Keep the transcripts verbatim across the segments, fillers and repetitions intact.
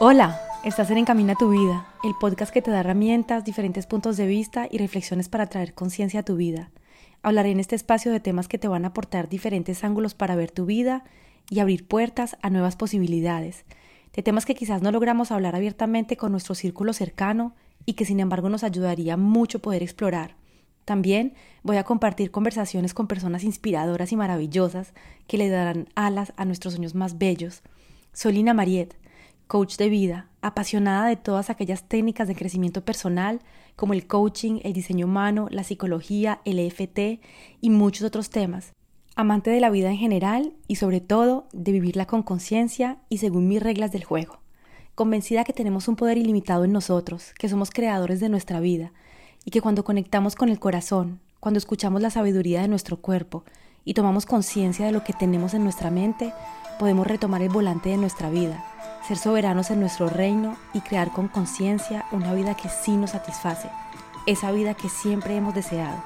Hola, estás en Encamina tu Vida, el podcast que te da herramientas, diferentes puntos de vista y reflexiones para traer conciencia a tu vida. Hablaré en este espacio de temas que te van a aportar diferentes ángulos para ver tu vida y abrir puertas a nuevas posibilidades, de temas que quizás no logramos hablar abiertamente con nuestro círculo cercano y que sin embargo nos ayudaría mucho poder explorar. También voy a compartir conversaciones con personas inspiradoras y maravillosas que le darán alas a nuestros sueños más bellos. Soy Lina Mariet, coach de vida, apasionada de todas aquellas técnicas de crecimiento personal como el coaching, el diseño humano, la psicología, el E F T y muchos otros temas. Amante de la vida en general y sobre todo de vivirla con conciencia y según mis reglas del juego. Convencida que tenemos un poder ilimitado en nosotros, que somos creadores de nuestra vida y que cuando conectamos con el corazón, cuando escuchamos la sabiduría de nuestro cuerpo y tomamos conciencia de lo que tenemos en nuestra mente, podemos retomar el volante de nuestra vida, ser soberanos en nuestro reino y crear con conciencia una vida que sí nos satisface, esa vida que siempre hemos deseado.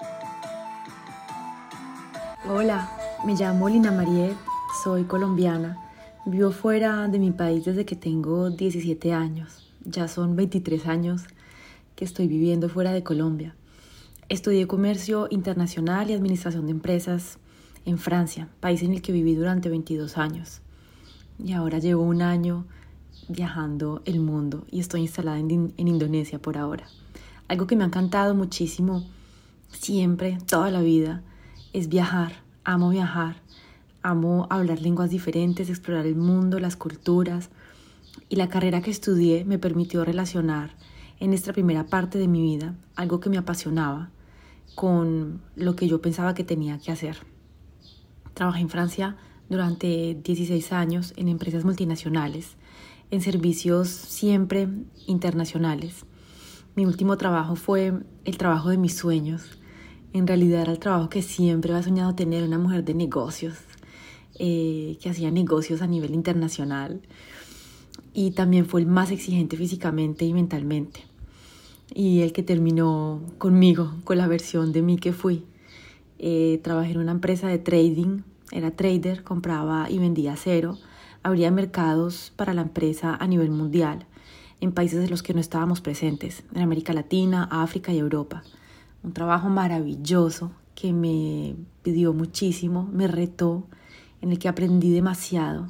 Hola, me llamo Lina Mariet, soy colombiana, vivo fuera de mi país desde que tengo diecisiete años, ya son veintitrés años que estoy viviendo fuera de Colombia. Estudié comercio internacional y administración de empresas en Francia, país en el que viví durante veintidós años. Y ahora llevo un año viajando el mundo y estoy instalada en, en Indonesia por ahora. Algo que me ha encantado muchísimo siempre, toda la vida, es viajar. Amo viajar, amo hablar lenguas diferentes, explorar el mundo, las culturas. Y la carrera que estudié me permitió relacionar en esta primera parte de mi vida algo que me apasionaba con lo que yo pensaba que tenía que hacer. Trabajé en Francia durante dieciséis años en empresas multinacionales, en servicios siempre internacionales. Mi último trabajo fue el trabajo de mis sueños. En realidad era el trabajo que siempre había soñado tener, una mujer de negocios, eh, que hacía negocios a nivel internacional. Y también fue el más exigente físicamente y mentalmente. Y el que terminó conmigo, con la versión de mí que fui. Eh, trabajé en una empresa de trading. Era trader, compraba y vendía acero, abría mercados para la empresa a nivel mundial, en países en los que no estábamos presentes, en América Latina, África y Europa. Un trabajo maravilloso que me pidió muchísimo, me retó, en el que aprendí demasiado,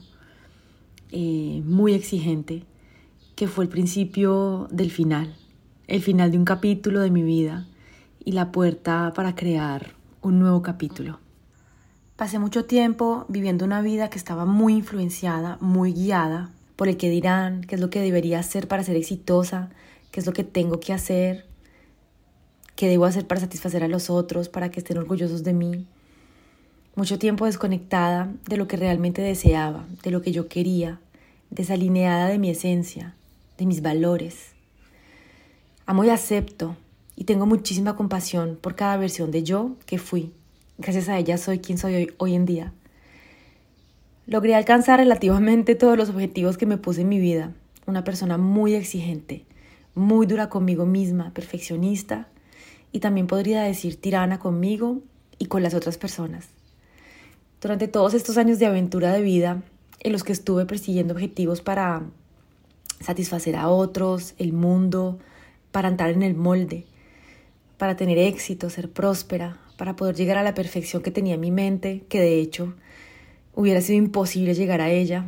eh, muy exigente, que fue el principio del final, el final de un capítulo de mi vida y la puerta para crear un nuevo capítulo. Pasé mucho tiempo viviendo una vida que estaba muy influenciada, muy guiada por el que dirán, qué es lo que debería hacer para ser exitosa, qué es lo que tengo que hacer, qué debo hacer para satisfacer a los otros, para que estén orgullosos de mí. Mucho tiempo desconectada de lo que realmente deseaba, de lo que yo quería, desalineada de mi esencia, de mis valores. Amo y acepto y tengo muchísima compasión por cada versión de yo que fui. Gracias a ella soy quien soy hoy, hoy en día. Logré alcanzar relativamente todos los objetivos que me puse en mi vida. Una persona muy exigente, muy dura conmigo misma, perfeccionista y también podría decir tirana conmigo y con las otras personas. Durante todos estos años de aventura de vida en los que estuve persiguiendo objetivos para satisfacer a otros, el mundo, para entrar en el molde, para tener éxito, ser próspera, para poder llegar a la perfección que tenía en mi mente, que de hecho hubiera sido imposible llegar a ella.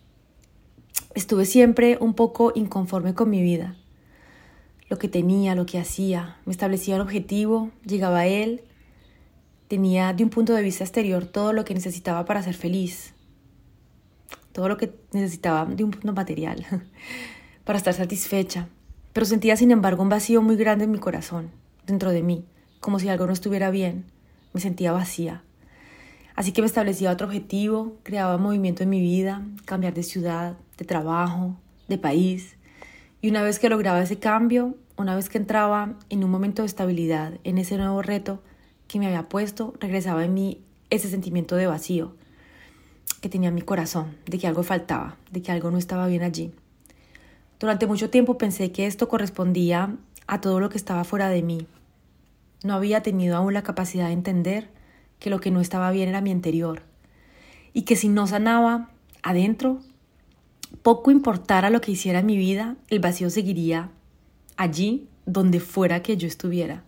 Estuve siempre un poco inconforme con mi vida, lo que tenía, lo que hacía. Me establecía un objetivo, llegaba a él, tenía de un punto de vista exterior todo lo que necesitaba para ser feliz, todo lo que necesitaba de un punto material, para estar satisfecha. Pero sentía sin embargo un vacío muy grande en mi corazón, dentro de mí, como si algo no estuviera bien. Me sentía vacía. Así que me establecía otro objetivo, creaba movimiento en mi vida, cambiar de ciudad, de trabajo, de país. Y una vez que lograba ese cambio, una vez que entraba en un momento de estabilidad, en ese nuevo reto que me había puesto, regresaba en mí ese sentimiento de vacío que tenía en mi corazón, de que algo faltaba, de que algo no estaba bien allí. Durante mucho tiempo pensé que esto correspondía a todo lo que estaba fuera de mí. No había tenido aún la capacidad de entender que lo que no estaba bien era mi interior y que si no sanaba adentro, Poco importara lo que hiciera en mi vida, el vacío seguiría allí donde fuera que yo estuviera.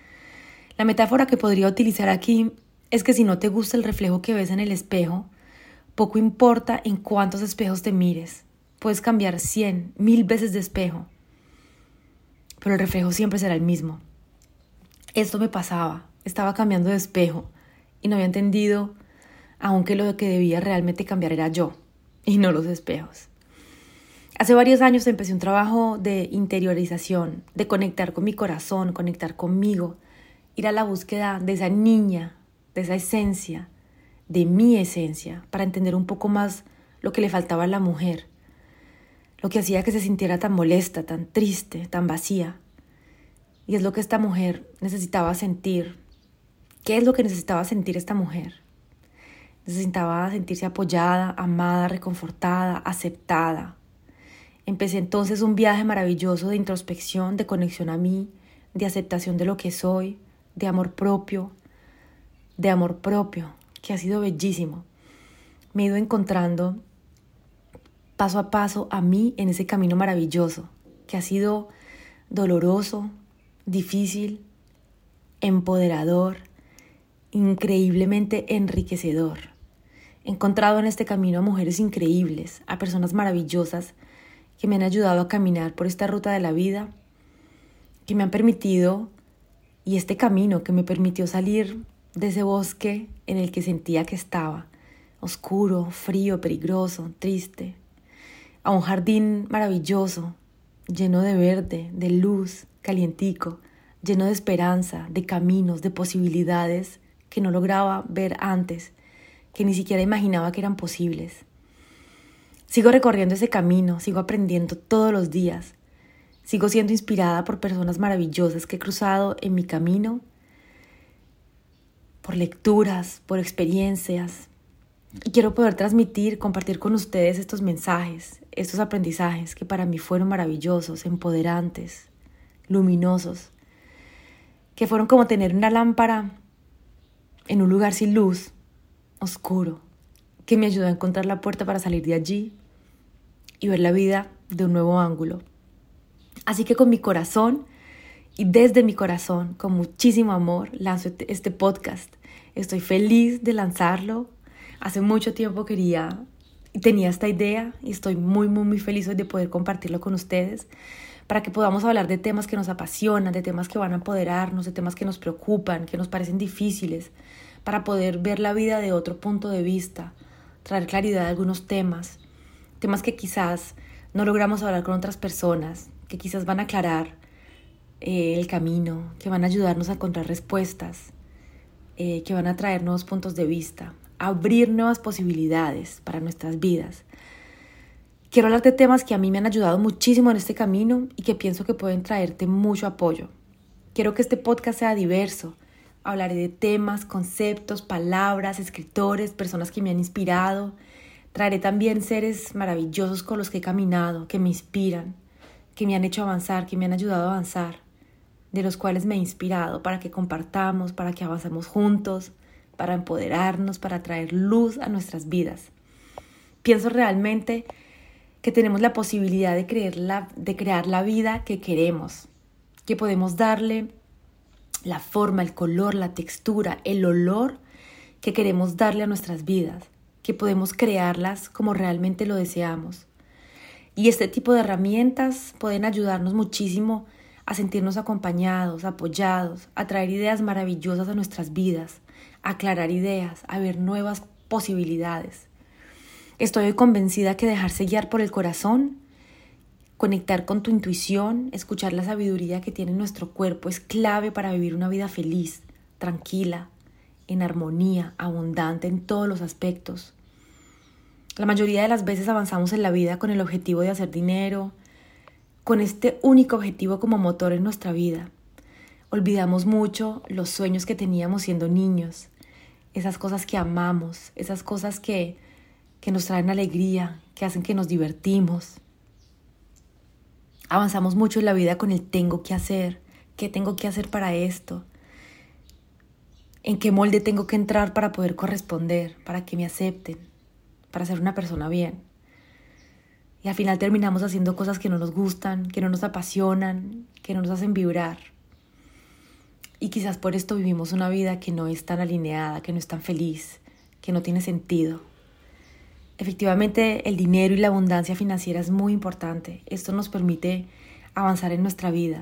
La metáfora que podría utilizar aquí es que si no te gusta el reflejo que ves en el espejo, poco importa en cuántos espejos te mires. Puedes cambiar cien, mil veces de espejo, pero el reflejo siempre será el mismo. Esto me pasaba, estaba cambiando de espejo y no había entendido aún que lo que debía realmente cambiar era yo y no los espejos. Hace varios años empecé un trabajo de interiorización, de conectar con mi corazón, conectar conmigo, ir a la búsqueda de esa niña, de esa esencia, de mi esencia, para entender un poco más lo que le faltaba a la mujer, lo que hacía que se sintiera tan molesta, tan triste, tan vacía. Y es lo que esta mujer necesitaba sentir. ¿Qué es lo que necesitaba sentir esta mujer? Necesitaba sentirse apoyada, amada, reconfortada, aceptada. Empecé entonces un viaje maravilloso de introspección, de conexión a mí, de aceptación de lo que soy, de amor propio, de amor propio, que ha sido bellísimo. Me he ido encontrando paso a paso a mí en ese camino maravilloso, que ha sido doloroso, difícil, empoderador, increíblemente enriquecedor. He encontrado en este camino a mujeres increíbles, a personas maravillosas que me han ayudado a caminar por esta ruta de la vida, que me han permitido, y este camino que me permitió salir de ese bosque en el que sentía que estaba, oscuro, frío, peligroso, triste, a un jardín maravilloso, lleno de verde, de luz, calientico, lleno de esperanza, de caminos, de posibilidades que no lograba ver antes, que ni siquiera imaginaba que eran posibles. Sigo recorriendo ese camino, sigo aprendiendo todos los días, sigo siendo inspirada por personas maravillosas que he cruzado en mi camino, por lecturas, por experiencias. Y quiero poder transmitir, compartir con ustedes estos mensajes, estos aprendizajes que para mí fueron maravillosos, empoderantes, luminosos, que fueron como tener una lámpara en un lugar sin luz, oscuro, que me ayudó a encontrar la puerta para salir de allí y ver la vida de un nuevo ángulo. Así que con mi corazón y desde mi corazón, con muchísimo amor, lanzo este podcast. Estoy feliz de lanzarlo. Hace mucho tiempo quería y tenía esta idea y estoy muy, muy, muy feliz hoy de poder compartirlo con ustedes para que podamos hablar de temas que nos apasionan, de temas que van a empoderarnos, de temas que nos preocupan, que nos parecen difíciles, para poder ver la vida de otro punto de vista, traer claridad a algunos temas, temas que quizás no logramos hablar con otras personas, que quizás van a aclarar eh, el camino, que van a ayudarnos a encontrar respuestas, eh, que van a traer nuevos puntos de vista, abrir nuevas posibilidades para nuestras vidas. Quiero hablar de temas que a mí me han ayudado muchísimo en este camino y que pienso que pueden traerte mucho apoyo. Quiero que este podcast sea diverso. Hablaré de temas, conceptos, palabras, escritores, personas que me han inspirado. Traeré también seres maravillosos con los que he caminado, que me inspiran, que me han hecho avanzar, que me han ayudado a avanzar, de los cuales me he inspirado para que compartamos, para que avancemos juntos, para empoderarnos, para traer luz a nuestras vidas. Pienso realmente que tenemos la posibilidad de, creer la, de crear la vida que queremos, que podemos darle la forma, el color, la textura, el olor que queremos darle a nuestras vidas, que podemos crearlas como realmente lo deseamos. Y este tipo de herramientas pueden ayudarnos muchísimo a sentirnos acompañados, apoyados, a traer ideas maravillosas a nuestras vidas, a aclarar ideas, a ver nuevas posibilidades. Estoy hoy convencida que dejarse guiar por el corazón, conectar con tu intuición, escuchar la sabiduría que tiene nuestro cuerpo es clave para vivir una vida feliz, tranquila, en armonía, abundante en todos los aspectos. La mayoría de las veces avanzamos en la vida con el objetivo de hacer dinero, con este único objetivo como motor en nuestra vida. Olvidamos mucho los sueños que teníamos siendo niños, esas cosas que amamos, esas cosas que, que nos traen alegría, que hacen que nos divertimos. Avanzamos mucho en la vida con el tengo que hacer, qué tengo que hacer para esto, en qué molde tengo que entrar para poder corresponder, para que me acepten, para ser una persona bien. Y al final terminamos haciendo cosas que no nos gustan, que no nos apasionan, que no nos hacen vibrar. Y quizás por esto vivimos una vida que no es tan alineada, que no es tan feliz, que no tiene sentido. Efectivamente, el dinero y la abundancia financiera es muy importante. Esto nos permite avanzar en nuestra vida.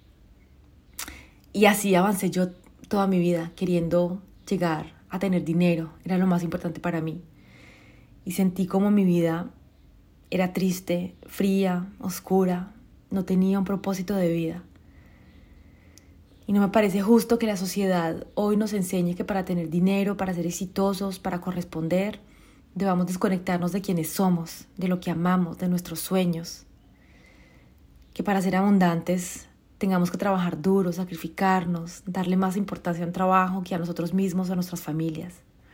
Y así avancé yo toda mi vida, queriendo llegar a tener dinero. Era lo más importante para mí. Y sentí como mi vida era triste, fría, oscura. No tenía un propósito de vida. Y no me parece justo que la sociedad hoy nos enseñe que para tener dinero, para ser exitosos, para corresponder, debamos desconectarnos de quienes somos, de lo que amamos, de nuestros sueños. Que para ser abundantes tengamos que trabajar duro, sacrificarnos, darle más importancia a un trabajo que a nosotros mismos o a nuestras familias.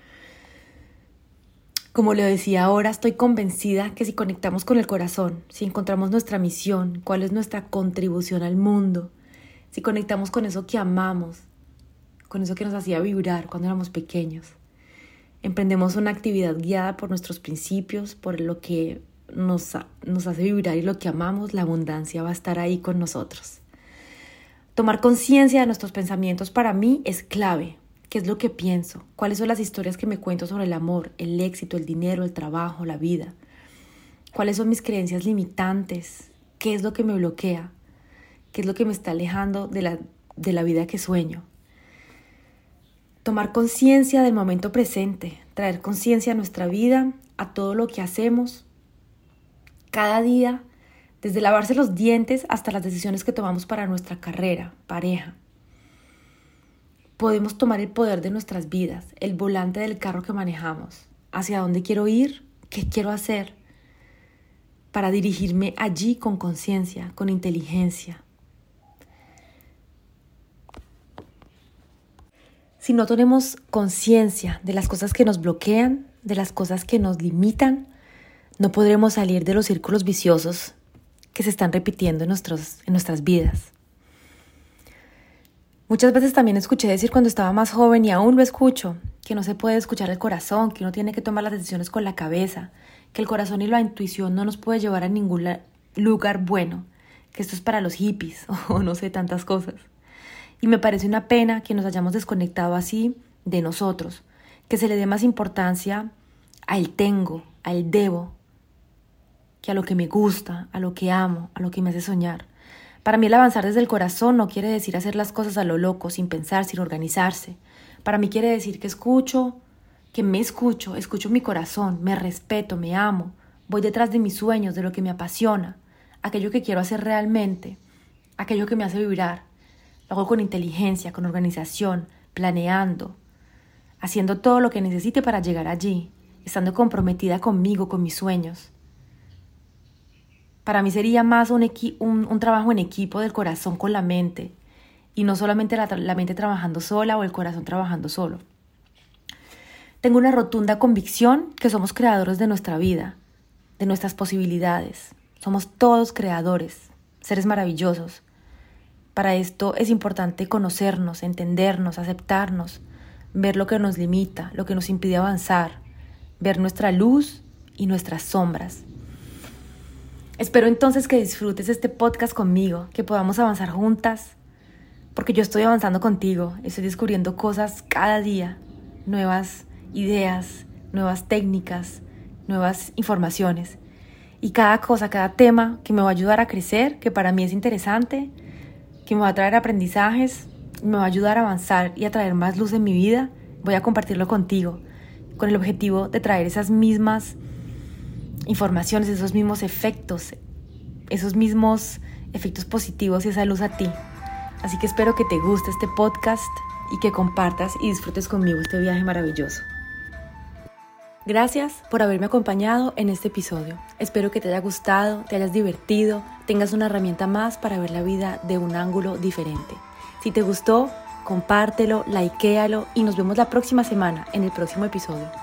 Como le decía ahora, estoy convencida que si conectamos con el corazón, si encontramos nuestra misión, cuál es nuestra contribución al mundo, si conectamos con eso que amamos, con eso que nos hacía vibrar cuando éramos pequeños, emprendemos una actividad guiada por nuestros principios, por lo que nos, nos hace vibrar y lo que amamos, la abundancia va a estar ahí con nosotros. Tomar conciencia de nuestros pensamientos para mí es clave. ¿Qué es lo que pienso? ¿Cuáles son las historias que me cuento sobre el amor, el éxito, el dinero, el trabajo, la vida? ¿Cuáles son mis creencias limitantes? ¿Qué es lo que me bloquea? ¿Qué es lo que me está alejando de la, de la vida que sueño? Tomar conciencia del momento presente, traer conciencia a nuestra vida, a todo lo que hacemos, cada día, desde lavarse los dientes hasta las decisiones que tomamos para nuestra carrera, pareja. Podemos tomar el poder de nuestras vidas, el volante del carro que manejamos, hacia dónde quiero ir, qué quiero hacer, para dirigirme allí con conciencia, con inteligencia. Si no tenemos conciencia de las cosas que nos bloquean, de las cosas que nos limitan, no podremos salir de los círculos viciosos que se están repitiendo en, nuestros, en nuestras vidas. Muchas veces también escuché decir cuando estaba más joven, y aún lo escucho, que no se puede escuchar el corazón, que uno tiene que tomar las decisiones con la cabeza, que el corazón y la intuición no nos puede llevar a ningún lugar bueno, que esto es para los hippies o no sé, tantas cosas. Y me parece una pena que nos hayamos desconectado así de nosotros, que se le dé más importancia al tengo, al debo, que a lo que me gusta, a lo que amo, a lo que me hace soñar. Para mí el avanzar desde el corazón no quiere decir hacer las cosas a lo loco, sin pensar, sin organizarse. Para mí quiere decir que escucho, que me escucho, escucho mi corazón, me respeto, me amo, voy detrás de mis sueños, de lo que me apasiona, aquello que quiero hacer realmente, aquello que me hace vibrar. Lo hago con inteligencia, con organización, planeando, haciendo todo lo que necesite para llegar allí, estando comprometida conmigo, con mis sueños. Para mí sería más un, equi- un, un trabajo en equipo del corazón con la mente, y no solamente la, la mente trabajando sola o el corazón trabajando solo. Tengo una rotunda convicción que somos creadores de nuestra vida, de nuestras posibilidades. Somos todos creadores, seres maravillosos. Para esto es importante conocernos, entendernos, aceptarnos, ver lo que nos limita, lo que nos impide avanzar, ver nuestra luz y nuestras sombras. Espero entonces que disfrutes este podcast conmigo, que podamos avanzar juntas, porque yo estoy avanzando contigo, estoy descubriendo cosas cada día, nuevas ideas, nuevas técnicas, nuevas informaciones. Y cada cosa, cada tema que me va a ayudar a crecer, que para mí es interesante, que me va a traer aprendizajes, me va a ayudar a avanzar y a traer más luz en mi vida, voy a compartirlo contigo, con el objetivo de traer esas mismas informaciones, esos mismos efectos, esos mismos efectos positivos y esa luz a ti. Así que espero que te guste este podcast y que compartas y disfrutes conmigo este viaje maravilloso. Gracias por haberme acompañado en este episodio. Espero que te haya gustado, te hayas divertido, tengas una herramienta más para ver la vida de un ángulo diferente. Si te gustó, compártelo, likeéalo y nos vemos la próxima semana en el próximo episodio.